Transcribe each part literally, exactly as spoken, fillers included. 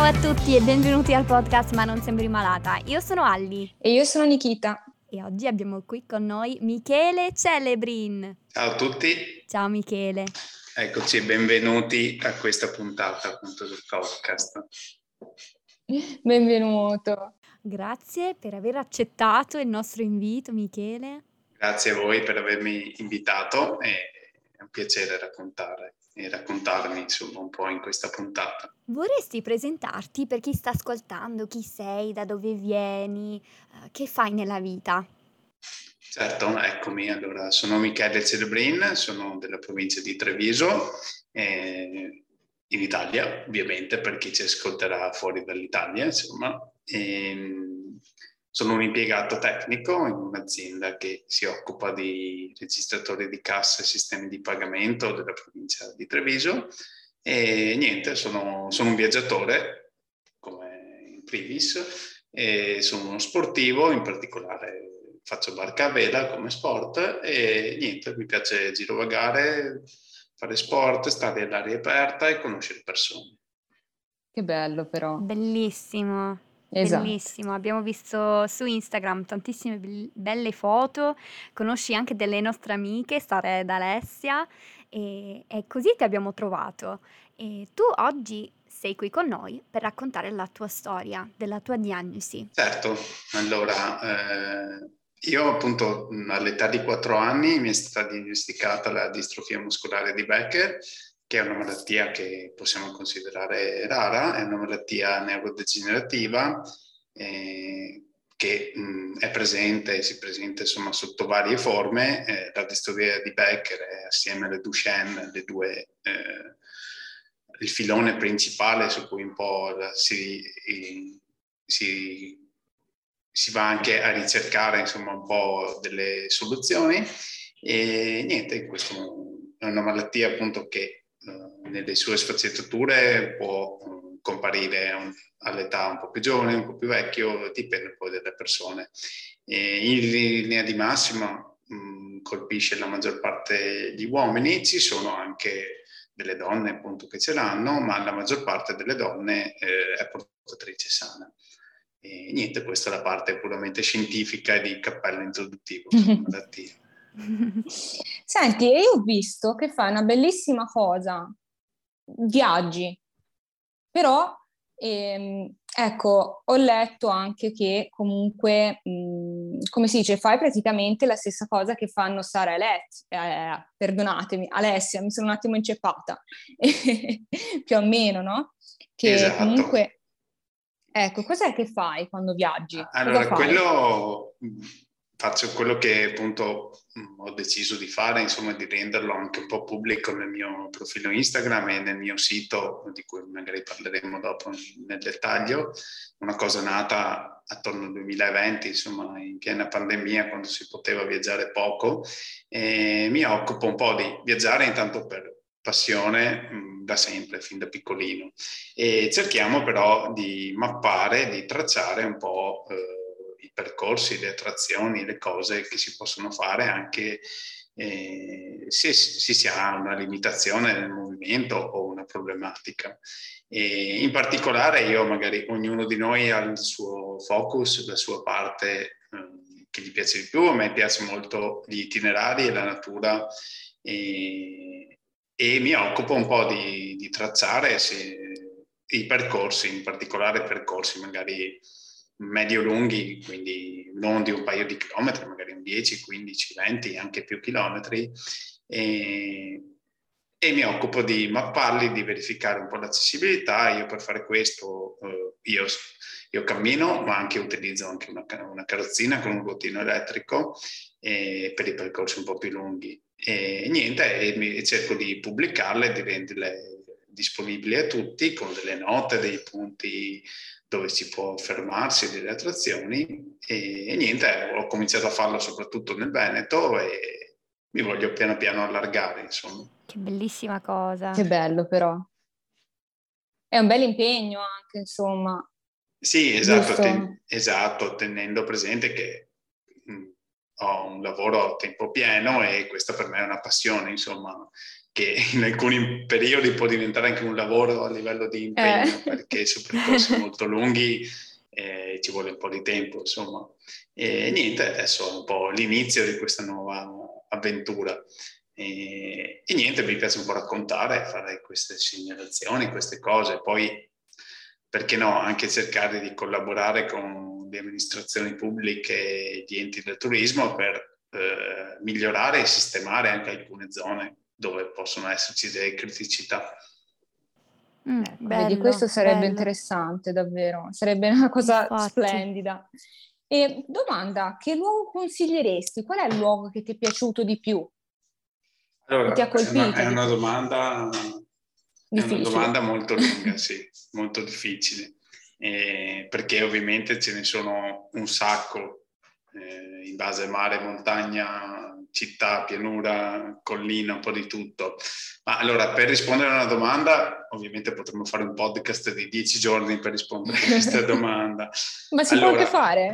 Ciao a tutti e benvenuti al podcast Ma non sembri malata. Io sono Alli. E io sono Nikita. E oggi abbiamo qui con noi Michele Celebrin. Ciao a tutti. Ciao Michele. Eccoci, benvenuti a questa puntata appunto del podcast. Benvenuto. Grazie per aver accettato il nostro invito, Michele. Grazie a voi per avermi invitato, è un piacere raccontare e raccontarmi insomma un po' in questa puntata. Vorresti presentarti per chi sta ascoltando, chi sei, da dove vieni, uh, che fai nella vita? Certo, eccomi, allora sono Michele Celebrin, sono della provincia di Treviso, eh, in Italia ovviamente per chi ci ascolterà fuori dall'Italia, insomma. E, sono un impiegato tecnico in un'azienda che si occupa di registratori di cassa e sistemi di pagamento della provincia di Treviso e niente, sono, sono un viaggiatore come in privis e sono uno sportivo, in particolare faccio barca a vela come sport e niente, mi piace girovagare, fare sport, stare all'aria aperta e conoscere persone. Che bello però. Bellissimo. Esatto. Bellissimo, abbiamo visto su Instagram tantissime be- belle foto, conosci anche delle nostre amiche, Sara ed Alessia, e, e così ti abbiamo trovato. E tu oggi sei qui con noi per raccontare la tua storia, della tua diagnosi. Certo, allora eh, io appunto all'età di quattro anni mi è stata diagnosticata la distrofia muscolare di Becker, che è una malattia che possiamo considerare rara, è una malattia neurodegenerativa eh, che mh, è presente, si presenta insomma sotto varie forme. Eh, la distrofia di Becker è assieme alle Duchenne le due, eh, il filone principale su cui un po' si, si, si va anche a ricercare insomma un po' delle soluzioni e niente, questo è una malattia appunto che nelle sue sfaccettature può um, comparire un, all'età un po' più giovane, un po' più vecchio, dipende poi dalle persone. E in linea di massima um, colpisce la maggior parte degli uomini, ci sono anche delle donne appunto che ce l'hanno, ma la maggior parte delle donne eh, è portatrice sana. E niente, questa è la parte puramente scientifica e di cappello introduttivo sulla malattia. Senti, io ho visto che fai una bellissima cosa, viaggi, però ehm, ecco, ho letto anche che comunque, mh, come si dice, fai praticamente la stessa cosa che fanno Sara e Alessia, eh, perdonatemi, Alessia, mi sono un attimo inceppata, più o meno, no? Che esatto. Comunque, ecco, cos'è che fai quando viaggi? Allora, Cosa fai? quello... Faccio quello che appunto ho deciso di fare, insomma di renderlo anche un po' pubblico nel mio profilo Instagram e nel mio sito, di cui magari parleremo dopo nel dettaglio. Una cosa nata attorno al duemilaventi, insomma in piena pandemia, quando si poteva viaggiare poco. E mi occupo un po' di viaggiare intanto per passione mh, da sempre, fin da piccolino. E cerchiamo però di mappare, di tracciare un po' eh, i percorsi, le attrazioni, le cose che si possono fare anche eh, se, se si ha una limitazione nel movimento o una problematica. E in particolare io magari ognuno di noi ha il suo focus, la sua parte eh, che gli piace di più. A me piace molto gli itinerari e la natura e, e mi occupo un po' di, di tracciare se, i percorsi, in particolare percorsi magari medio-lunghi, quindi non di un paio di chilometri, magari un dieci, quindici, venti, anche più chilometri, e, e mi occupo di mapparli, di verificare un po' l'accessibilità. Io per fare questo, eh, io, io cammino, ma anche utilizzo anche una, una carrozzina con un ruotino elettrico eh, per i percorsi un po' più lunghi. E niente, e, mi, e cerco di pubblicarle, di renderle disponibili a tutti con delle note, dei punti dove si può fermarsi, delle attrazioni e, e niente, ho cominciato a farlo soprattutto nel Veneto e mi voglio piano piano allargare, insomma. Che bellissima cosa. Che bello però. È un bel impegno anche, insomma. Sì, esatto, ten, esatto, tenendo presente che mh, ho un lavoro a tempo pieno e questa per me è una passione, insomma. che in alcuni periodi può diventare anche un lavoro a livello di impegno, Eh. perché su percorsi molto lunghi eh, ci vuole un po' di tempo, insomma. E niente, adesso è un po' l'inizio di questa nuova avventura. E, e niente, mi piace un po' raccontare, fare queste segnalazioni, queste cose, poi perché no, anche cercare di collaborare con le amministrazioni pubbliche e gli enti del turismo per eh, migliorare e sistemare anche alcune zone dove possono esserci delle criticità. Mm, Ecco, vedi, bello, questo sarebbe bello. interessante, davvero, sarebbe una cosa Infatti. splendida. E domanda, che luogo consiglieresti? Qual è il luogo che ti è piaciuto di più? Allora, Che ti ha è una, colpito è di una più? domanda, è una Difficile. domanda molto lunga, sì, molto difficile, eh, perché ovviamente ce ne sono un sacco, eh, in base a mare, montagna, città, pianura, collina, un po' di tutto. Ma allora, per rispondere a una domanda, ovviamente potremmo fare un podcast di dieci giorni per rispondere a questa domanda. Ma si allora, può anche fare?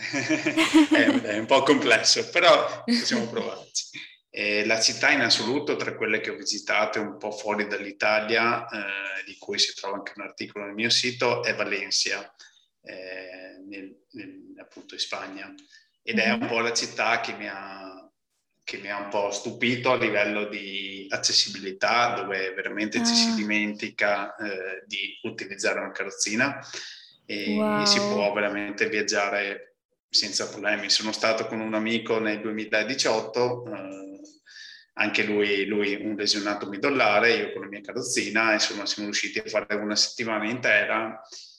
è, è un po' complesso, però possiamo provarci. Eh, la città in assoluto, tra quelle che ho visitato un po' fuori dall'Italia, eh, di cui si trova anche un articolo nel mio sito, è Valencia, eh, nel, nel, appunto in Spagna. Ed è un po' la città che mi ha, che mi ha un po' stupito a livello di accessibilità, dove veramente ci si Ah, dimentica eh, di utilizzare una carrozzina e, e si wow. può veramente viaggiare senza problemi. Sono stato con un amico nel duemiladiciotto, eh, anche lui, lui un lesionato midollare, io con la mia carrozzina, insomma siamo riusciti a fare una settimana intera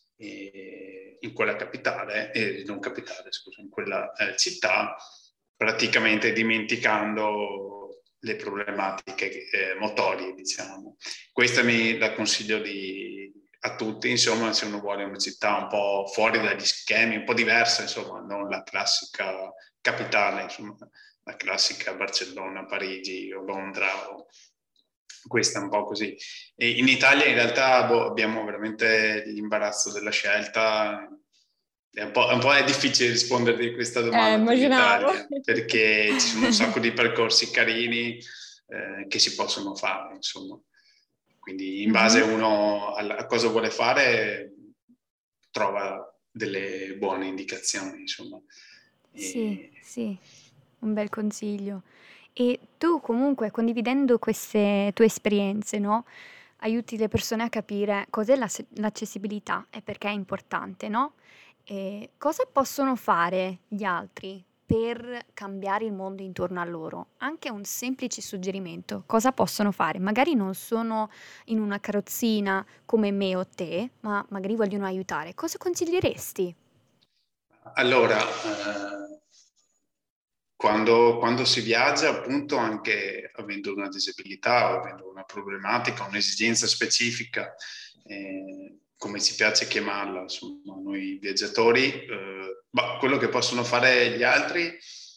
eh, in quella capitale, eh, non capitale, scusa, in quella eh, città, praticamente dimenticando le problematiche eh, motorie, diciamo. Questa mi la consiglio di, a tutti, insomma, se uno vuole una città un po' fuori dagli schemi, un po' diversa, insomma, non la classica capitale, insomma, la classica Barcellona, Parigi o Londra, o questa è un po' così. E in Italia in realtà boh, abbiamo veramente l'imbarazzo della scelta. È un, po', è un po' è difficile rispondere a questa domanda Eh, per immaginavo. l'Italia, perché ci sono un sacco di percorsi carini eh, che si possono fare, insomma. Quindi in base Mhm. uno a, a cosa vuole fare, trova delle buone indicazioni, insomma. Sì, E, sì, un bel consiglio. E tu comunque, condividendo queste tue esperienze, no? Aiuti le persone a capire cos'è la- l'accessibilità e perché è importante, no? E cosa possono fare gli altri per cambiare il mondo intorno a loro? Anche un semplice suggerimento. Cosa possono fare? Magari non sono in una carrozzina come me o te, ma magari vogliono aiutare. Cosa consiglieresti? allora, eh, quando, quando si viaggia, appunto, anche avendo una disabilità o avendo una problematica, un'esigenza specifica, eh, come ci piace chiamarla, insomma, noi viaggiatori, eh, ma quello che possono fare gli altri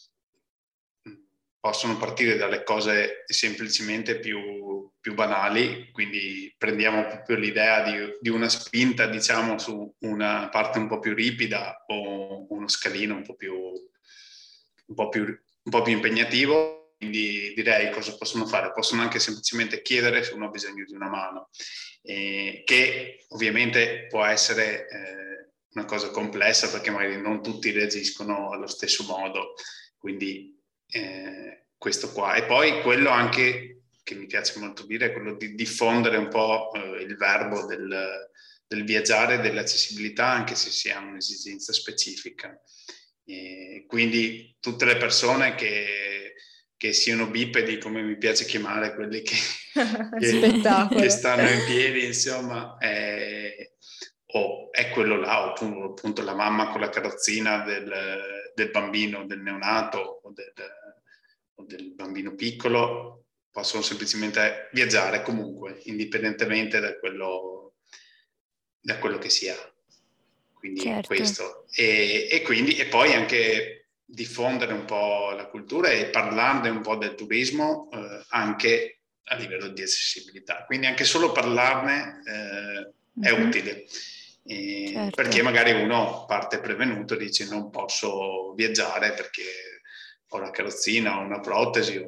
possono partire dalle cose semplicemente più, più banali, quindi prendiamo proprio l'idea di, di una spinta, diciamo, su una parte un po' più ripida o uno scalino un po' più, un po' più, un po' più impegnativo. Quindi direi cosa possono fare? Possono anche semplicemente chiedere se uno ha bisogno di una mano, eh, che ovviamente può essere eh, una cosa complessa perché magari non tutti reagiscono allo stesso modo, quindi eh, questo qua. E poi quello anche che mi piace molto dire è quello di diffondere un po' eh, il verbo del, del viaggiare, dell'accessibilità, anche se si ha un'esigenza specifica. E quindi tutte le persone che, che siano bipedi, come mi piace chiamare, quelli che, che, Spettacolo. che stanno in piedi, insomma, è, o è quello là, oppure appunto la mamma con la carrozzina del, del bambino, del neonato o del, o del bambino piccolo, possono semplicemente viaggiare comunque, indipendentemente da quello, da quello che si ha. Quindi Certo. questo. E, e quindi, e poi anche diffondere un po' la cultura e parlarne un po' del turismo eh, anche a livello di accessibilità. Quindi anche solo parlarne eh, è Mhm. utile. Eh, Certo. perché magari uno parte prevenuto e dice non posso viaggiare perché ho una carrozzina, ho una protesi o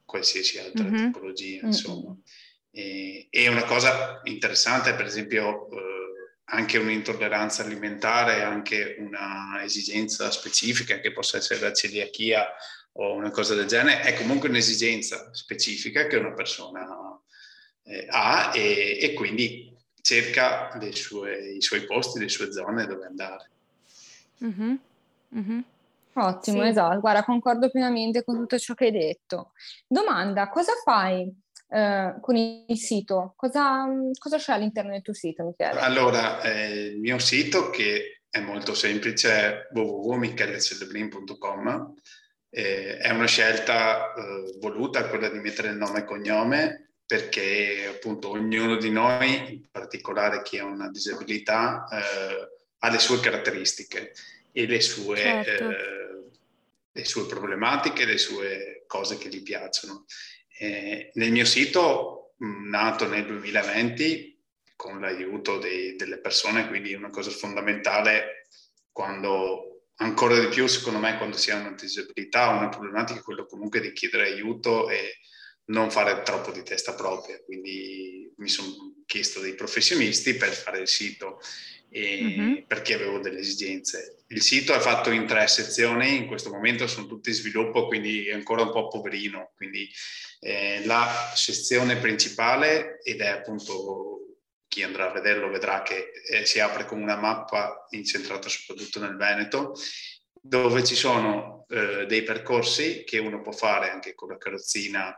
qualsiasi altra Mhm. tipologia, insomma. E, e una cosa interessante è per esempio eh, anche un'intolleranza alimentare, anche una esigenza specifica che possa essere la celiachia o una cosa del genere, è comunque un'esigenza specifica che una persona eh, ha e, e quindi cerca le sue, i suoi posti, le sue zone dove andare. Mhm. Mhm. Ottimo, Sì. esatto. Guarda, concordo pienamente con tutto ciò che hai detto. Domanda, cosa fai eh, con il sito? Cosa, cosa c'è all'interno del tuo sito, Michele? Allora, eh, il mio sito, che è molto semplice, è w w w punto michele celeblin punto com. Eh, è una scelta eh, voluta, quella di mettere il nome e cognome, perché appunto ognuno di noi, in particolare chi ha una disabilità, eh, ha le sue caratteristiche e le sue, Certo. eh, le sue problematiche, le sue cose che gli piacciono. Eh, nel mio sito, mh, nato nel duemilaventi, con l'aiuto dei, delle persone, quindi una cosa fondamentale quando, ancora di più secondo me, quando si ha una disabilità o una problematica, è quello comunque di chiedere aiuto e non fare troppo di testa propria. Quindi mi sono chiesto dei professionisti per fare il sito e Mhm. perché avevo delle esigenze. Il sito è fatto in tre sezioni, in questo momento sono tutti in sviluppo, quindi è ancora un po' poverino. Quindi eh, la sezione principale, ed è appunto, chi andrà a vederlo vedrà che eh, si apre con una mappa incentrata soprattutto nel Veneto, dove ci sono eh, dei percorsi che uno può fare anche con la carrozzina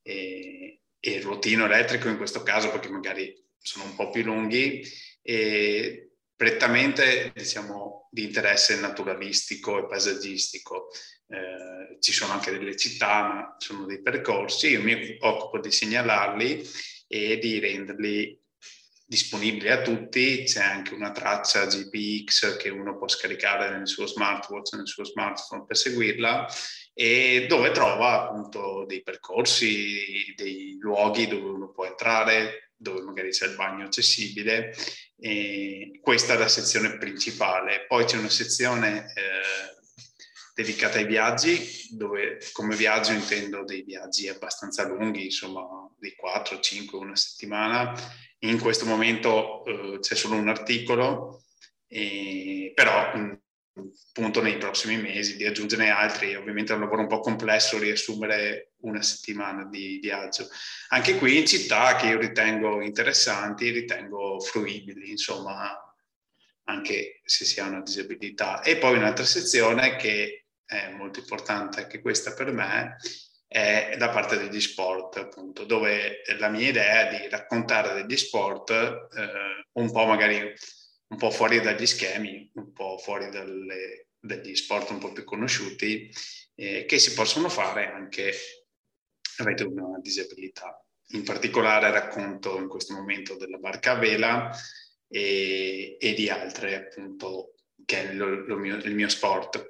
e, e il ruotino elettrico in questo caso, perché magari sono un po' più lunghi, e prettamente diciamo di interesse naturalistico e paesaggistico. Eh, ci sono anche delle città, ma sono dei percorsi, io mi occupo di segnalarli e di renderli disponibili a tutti. C'è anche una traccia G P X che uno può scaricare nel suo smartwatch, nel suo smartphone per seguirla, e dove trova appunto dei percorsi, dei luoghi dove uno può entrare, dove magari c'è il bagno accessibile. E questa è la sezione principale. Poi c'è una sezione eh, dedicata ai viaggi, dove come viaggio intendo dei viaggi abbastanza lunghi, insomma di quattro, cinque, una settimana. In questo momento eh, c'è solo un articolo, eh, però mh, appunto nei prossimi mesi di aggiungerne altri. Ovviamente è un lavoro un po' complesso riassumere una settimana di viaggio. Anche qui in città che io ritengo interessanti, ritengo fruibili, insomma, anche se si ha una disabilità. E poi un'altra sezione che è molto importante, anche questa per me, è la parte degli sport, appunto, dove la mia idea è di raccontare degli sport eh, un po' magari un po' fuori dagli schemi, un po' fuori dalle, dagli sport un po' più conosciuti, eh, che si possono fare anche avete una disabilità. In particolare racconto in questo momento della barca a vela e, e di altre, appunto, che è lo, lo mio, il mio sport.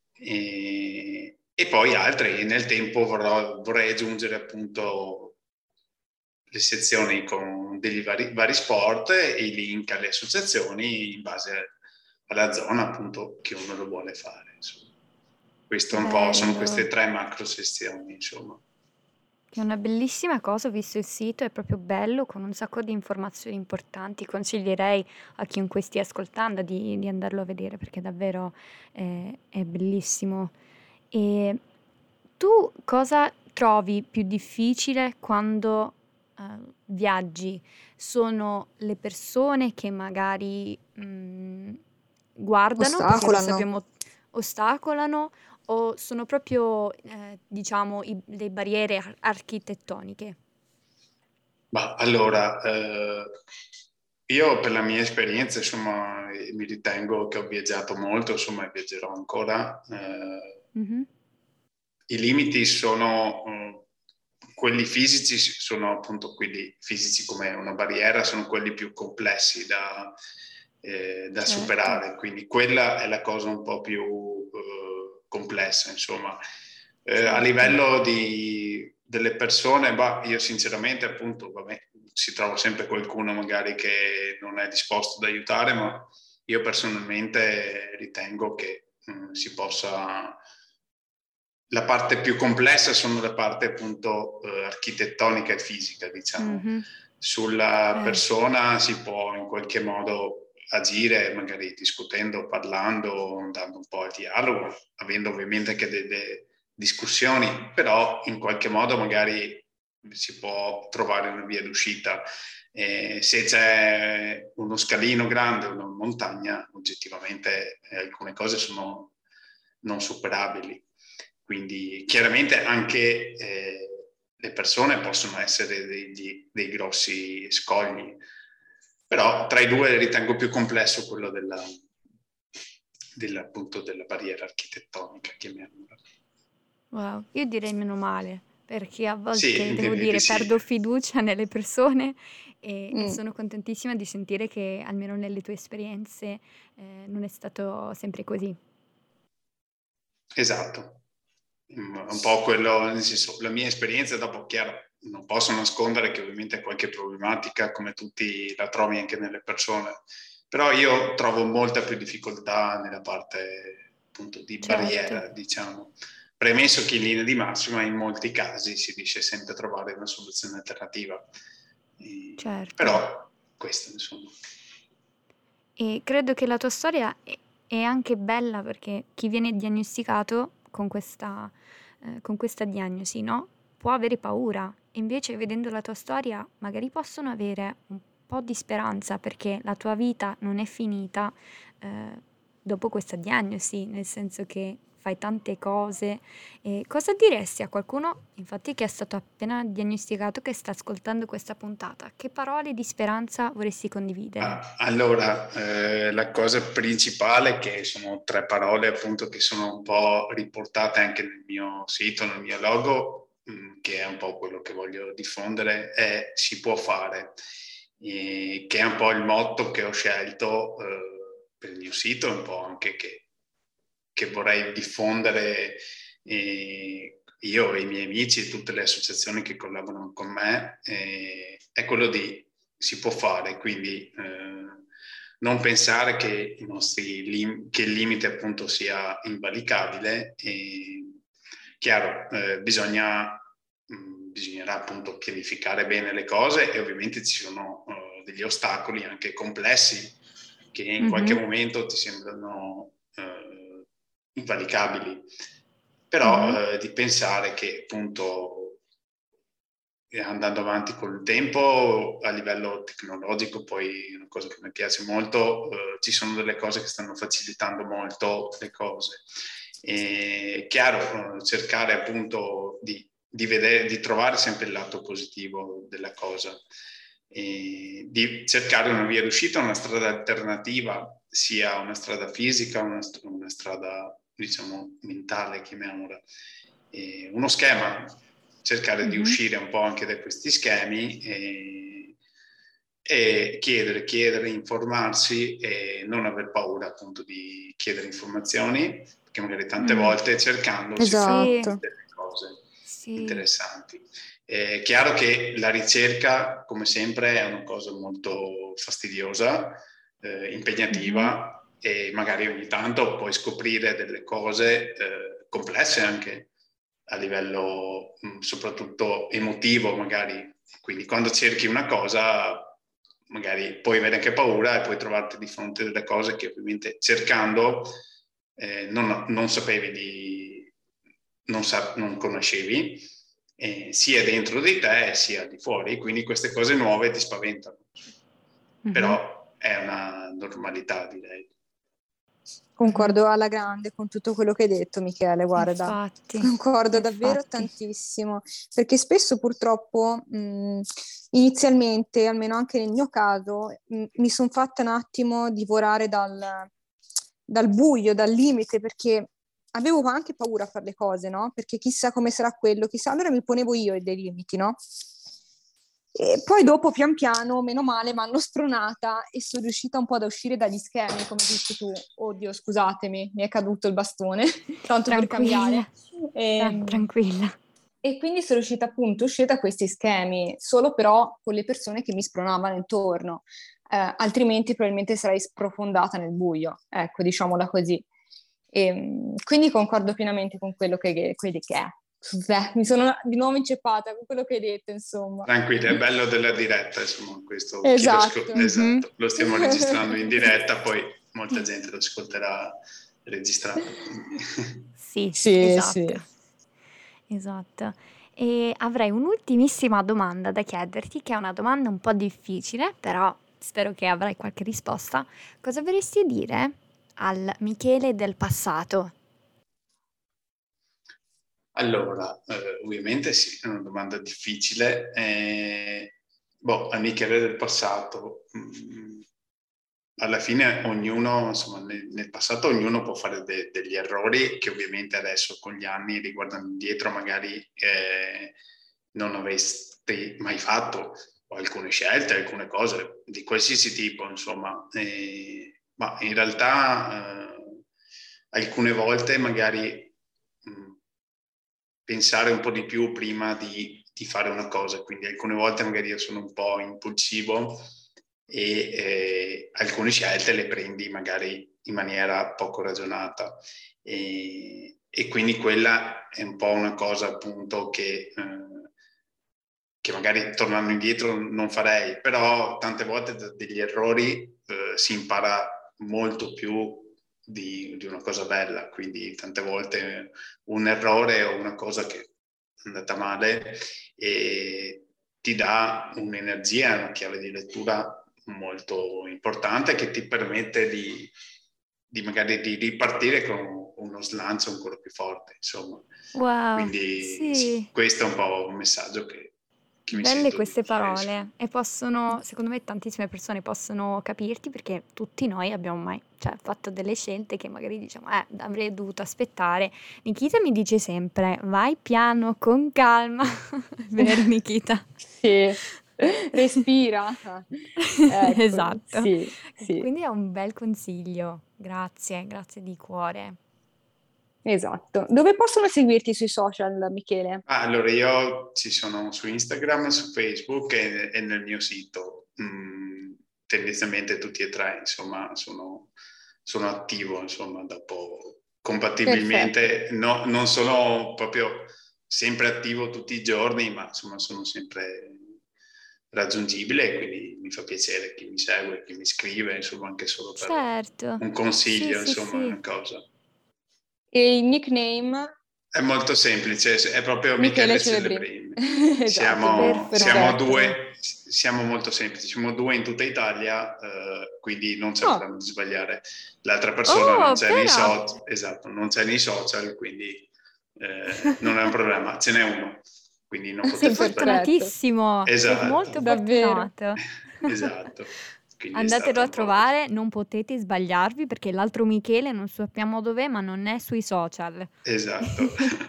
E, e poi altre, nel tempo vorrò, vorrei aggiungere appunto le sezioni con degli vari, vari sport e i link alle associazioni in base alla zona appunto che uno lo vuole fare. Insomma. Questo un po' sono queste Bello. tre macro sezioni, insomma. Che è una bellissima cosa, ho visto il sito, è proprio bello, con un sacco di informazioni importanti. Consiglierei a chiunque stia ascoltando di, di andarlo a vedere perché davvero è, è bellissimo. E tu cosa trovi più difficile quando eh, viaggi? Sono le persone che magari mm, guardano, perché lo Ostacolano. sappiamo, ostacolano, o sono proprio, eh, diciamo, i- le barriere ar- architettoniche? Ma allora, eh, io per la mia esperienza, insomma, eh, mi ritengo che ho viaggiato molto, insomma, e viaggerò ancora. Eh, Mhm. I limiti sono eh, quelli fisici, sono appunto quelli fisici come una barriera, sono quelli più complessi da, eh, da Certo, superare, quindi quella è la cosa un po' più eh, complessa, insomma. Eh, a certo. livello di, delle persone, bah, io sinceramente appunto, vabbè, si trova sempre qualcuno magari che non è disposto ad aiutare, ma io personalmente ritengo che mh, si possa la parte più complessa sono le parti appunto eh, architettonica e fisica, diciamo. Mhm. Sulla Eh. persona si può in qualche modo agire, magari discutendo, parlando, andando un po' al dialogo, avendo ovviamente anche delle discussioni, però in qualche modo magari si può trovare una via d'uscita. Eh, se c'è uno scalino grande, una montagna, oggettivamente eh, alcune cose sono non superabili. Quindi chiaramente anche eh, le persone possono essere degli, dei grossi scogli, però tra i due ritengo più complesso quello della, della, appunto, della barriera architettonica, chiamiamola. Wow, io direi meno male, perché a Sì, volte, devo direi dire, di sì. perdo fiducia nelle persone e, e Mm. sono contentissima di sentire che almeno nelle tue esperienze eh, non è stato sempre così. Esatto. Mm, un po' quello, nel senso, la mia esperienza, dopo chiaro, non posso nascondere che ovviamente qualche problematica, come tutti, la trovi anche nelle persone, però io trovo molta più difficoltà nella parte appunto di Certo. barriera, diciamo. Premesso che in linea di massima in molti casi si riesce sempre a trovare una soluzione alternativa. E, Certo. Però questo insomma. E credo che la tua storia è, è anche bella perché chi viene diagnosticato con questa, eh, con questa diagnosi, no? Può avere paura. E invece vedendo la tua storia magari possono avere un po' di speranza perché la tua vita non è finita eh, dopo questa diagnosi, nel senso che fai tante cose. E cosa diresti a qualcuno, infatti, che è stato appena diagnosticato, che sta ascoltando questa puntata? Che parole di speranza vorresti condividere? Ah, allora, eh, la cosa principale, che sono tre parole appunto che sono un po' riportate anche nel mio sito, nel mio logo, mh, che è un po' quello che voglio diffondere, è si può fare, e che è un po' il motto che ho scelto eh, per il mio sito, un po' anche che, che vorrei diffondere eh, io e i miei amici e tutte le associazioni che collaborano con me, eh, è quello di si può fare, quindi eh, non pensare che, i nostri lim- che il limite appunto sia invalicabile. E, chiaro, eh, bisogna, mh, bisognerà appunto pianificare bene le cose e ovviamente ci sono uh, degli ostacoli anche complessi che in qualche Mhm. momento ti sembrano uh, invalicabili, però Mhm. uh, di pensare che appunto andando avanti col tempo a livello tecnologico, poi una cosa che mi piace molto, eh, ci sono delle cose che stanno facilitando molto le cose. È chiaro, eh, cercare appunto di, di, vedere, di trovare sempre il lato positivo della cosa, e di cercare una via d'uscita, una strada alternativa, sia una strada fisica, una, una strada diciamo mentale, chiamiamola, e uno schema, cercare di Mhm. uscire un po' anche da questi schemi e, e chiedere, chiedere, informarsi e non aver paura appunto di chiedere informazioni, perché magari tante Mm. volte cercando si trovano Sì, Esatto. delle cose sì. interessanti. È chiaro che la ricerca, come sempre, è una cosa molto fastidiosa, eh, impegnativa, Mhm. e magari ogni tanto puoi scoprire delle cose eh, complesse anche a livello mh, soprattutto emotivo, magari. Quindi quando cerchi una cosa magari puoi avere anche paura e puoi trovarti di fronte a delle cose che ovviamente cercando eh, non, non sapevi di, non, sa, non conoscevi, eh, sia dentro di te sia di fuori, quindi queste cose nuove ti spaventano. Mhm. Però è una normalità, direi. Concordo alla grande con tutto quello che hai detto, Michele, guarda. Infatti, Concordo davvero infatti. tantissimo, perché spesso purtroppo mh, inizialmente, almeno anche nel mio caso, mh, mi sono fatta un attimo divorare dal, dal buio, dal limite, perché avevo anche paura a fare le cose, no? Perché chissà come sarà quello, chissà, allora mi ponevo io dei limiti, no? E poi dopo, pian piano, meno male, mi hanno spronata e sono riuscita un po' ad uscire dagli schemi, come dici tu. Oddio, scusatemi, mi è caduto il bastone, tanto per cambiare. Tranquilla, E, Tra- tranquilla. e quindi sono riuscita appunto a uscire da questi schemi, solo però con le persone che mi spronavano intorno. Eh, altrimenti probabilmente sarei sprofondata nel buio, ecco, diciamola così. E, quindi concordo pienamente con quello che, che, che è. Beh, mi sono di nuovo inceppata con quello che hai detto, insomma. Tranquilli, è bello della diretta, insomma, questo esatto. Lo, sc- mm-hmm. esatto. Lo stiamo registrando in diretta, poi molta gente lo ascolterà registrato. Sì, sì, esatto. Sì. Esatto. E avrei un'ultimissima domanda da chiederti, che è una domanda un po' difficile, però spero che avrai qualche risposta. Cosa vorresti dire al Michele del passato? Allora, eh, ovviamente sì, è una domanda difficile. Eh, boh, al Michele del passato, mh, alla fine ognuno, insomma, nel, nel passato ognuno può fare de- degli errori che ovviamente adesso con gli anni, riguardando indietro, magari eh, non avresti mai fatto, o alcune scelte, alcune cose di qualsiasi tipo, insomma. Eh, ma in realtà eh, alcune volte magari mh, pensare un po' di più prima di, di fare una cosa, quindi alcune volte magari io sono un po' impulsivo e eh, alcune scelte le prendi magari in maniera poco ragionata e, e quindi quella è un po' una cosa appunto che, eh, che magari tornando indietro non farei, però tante volte da degli errori eh, si impara molto più di, di una cosa bella, quindi tante volte un errore o una cosa che è andata male e ti dà un'energia, una chiave di lettura molto importante che ti permette di, di magari di ripartire con uno slancio ancora più forte, insomma. Wow, Quindi sì. sì, questo è un po' un messaggio che, che mi Belle sento queste di dire, parole insomma. e possono, secondo me tantissime persone possono capirti perché tutti noi abbiamo mai, cioè, fatto delle scelte che magari diciamo, eh, avrei dovuto aspettare. Nikita mi dice sempre, vai piano, con calma. Vero Nikita? Sì, respira. Ecco, Esatto. sì, sì. Quindi è un bel consiglio. Grazie, grazie di cuore. Esatto. Dove possono seguirti sui social, Michele? Ah, allora io ci sono su Instagram, su Facebook e, e nel mio sito. Mm, tendenzialmente tutti e tre, insomma, sono, sono attivo, insomma, dopo compatibilmente, no, non sono proprio sempre attivo tutti i giorni, ma insomma sono sempre raggiungibile, quindi mi fa piacere chi mi segue, chi mi scrive, insomma, anche solo per Certo. un consiglio, Sì, sì, insomma, sì. una cosa. E il nickname? È molto semplice, è proprio Michele Michele Celebrini. Celebrini. Siamo, Perfetto. siamo due, siamo molto semplici, siamo due in tutta Italia, eh, quindi non c'è Oh. problema di sbagliare. L'altra persona Oh, non c'è nei però. social, esatto, non c'è nei social, quindi eh, non è un problema, ce n'è uno, quindi non Sei potete sbagliare. fortunatissimo, sei Esatto. molto Davvero. fortunato. Esatto. Quindi è Andatelo stato a un po' trovare, non potete sbagliarvi perché l'altro Michele non sappiamo dov'è, ma non è sui social. Esatto.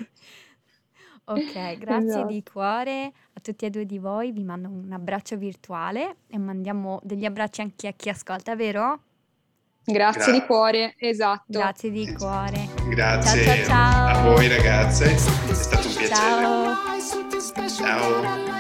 Ok, grazie Esatto. di cuore a tutti e due di voi, vi mando un abbraccio virtuale e mandiamo degli abbracci anche a chi ascolta, vero? Grazie Gra- di cuore, esatto. Grazie di cuore. Grazie Ciao, ciao, ciao. a voi ragazze, è stato un piacere. Ciao. Ciao.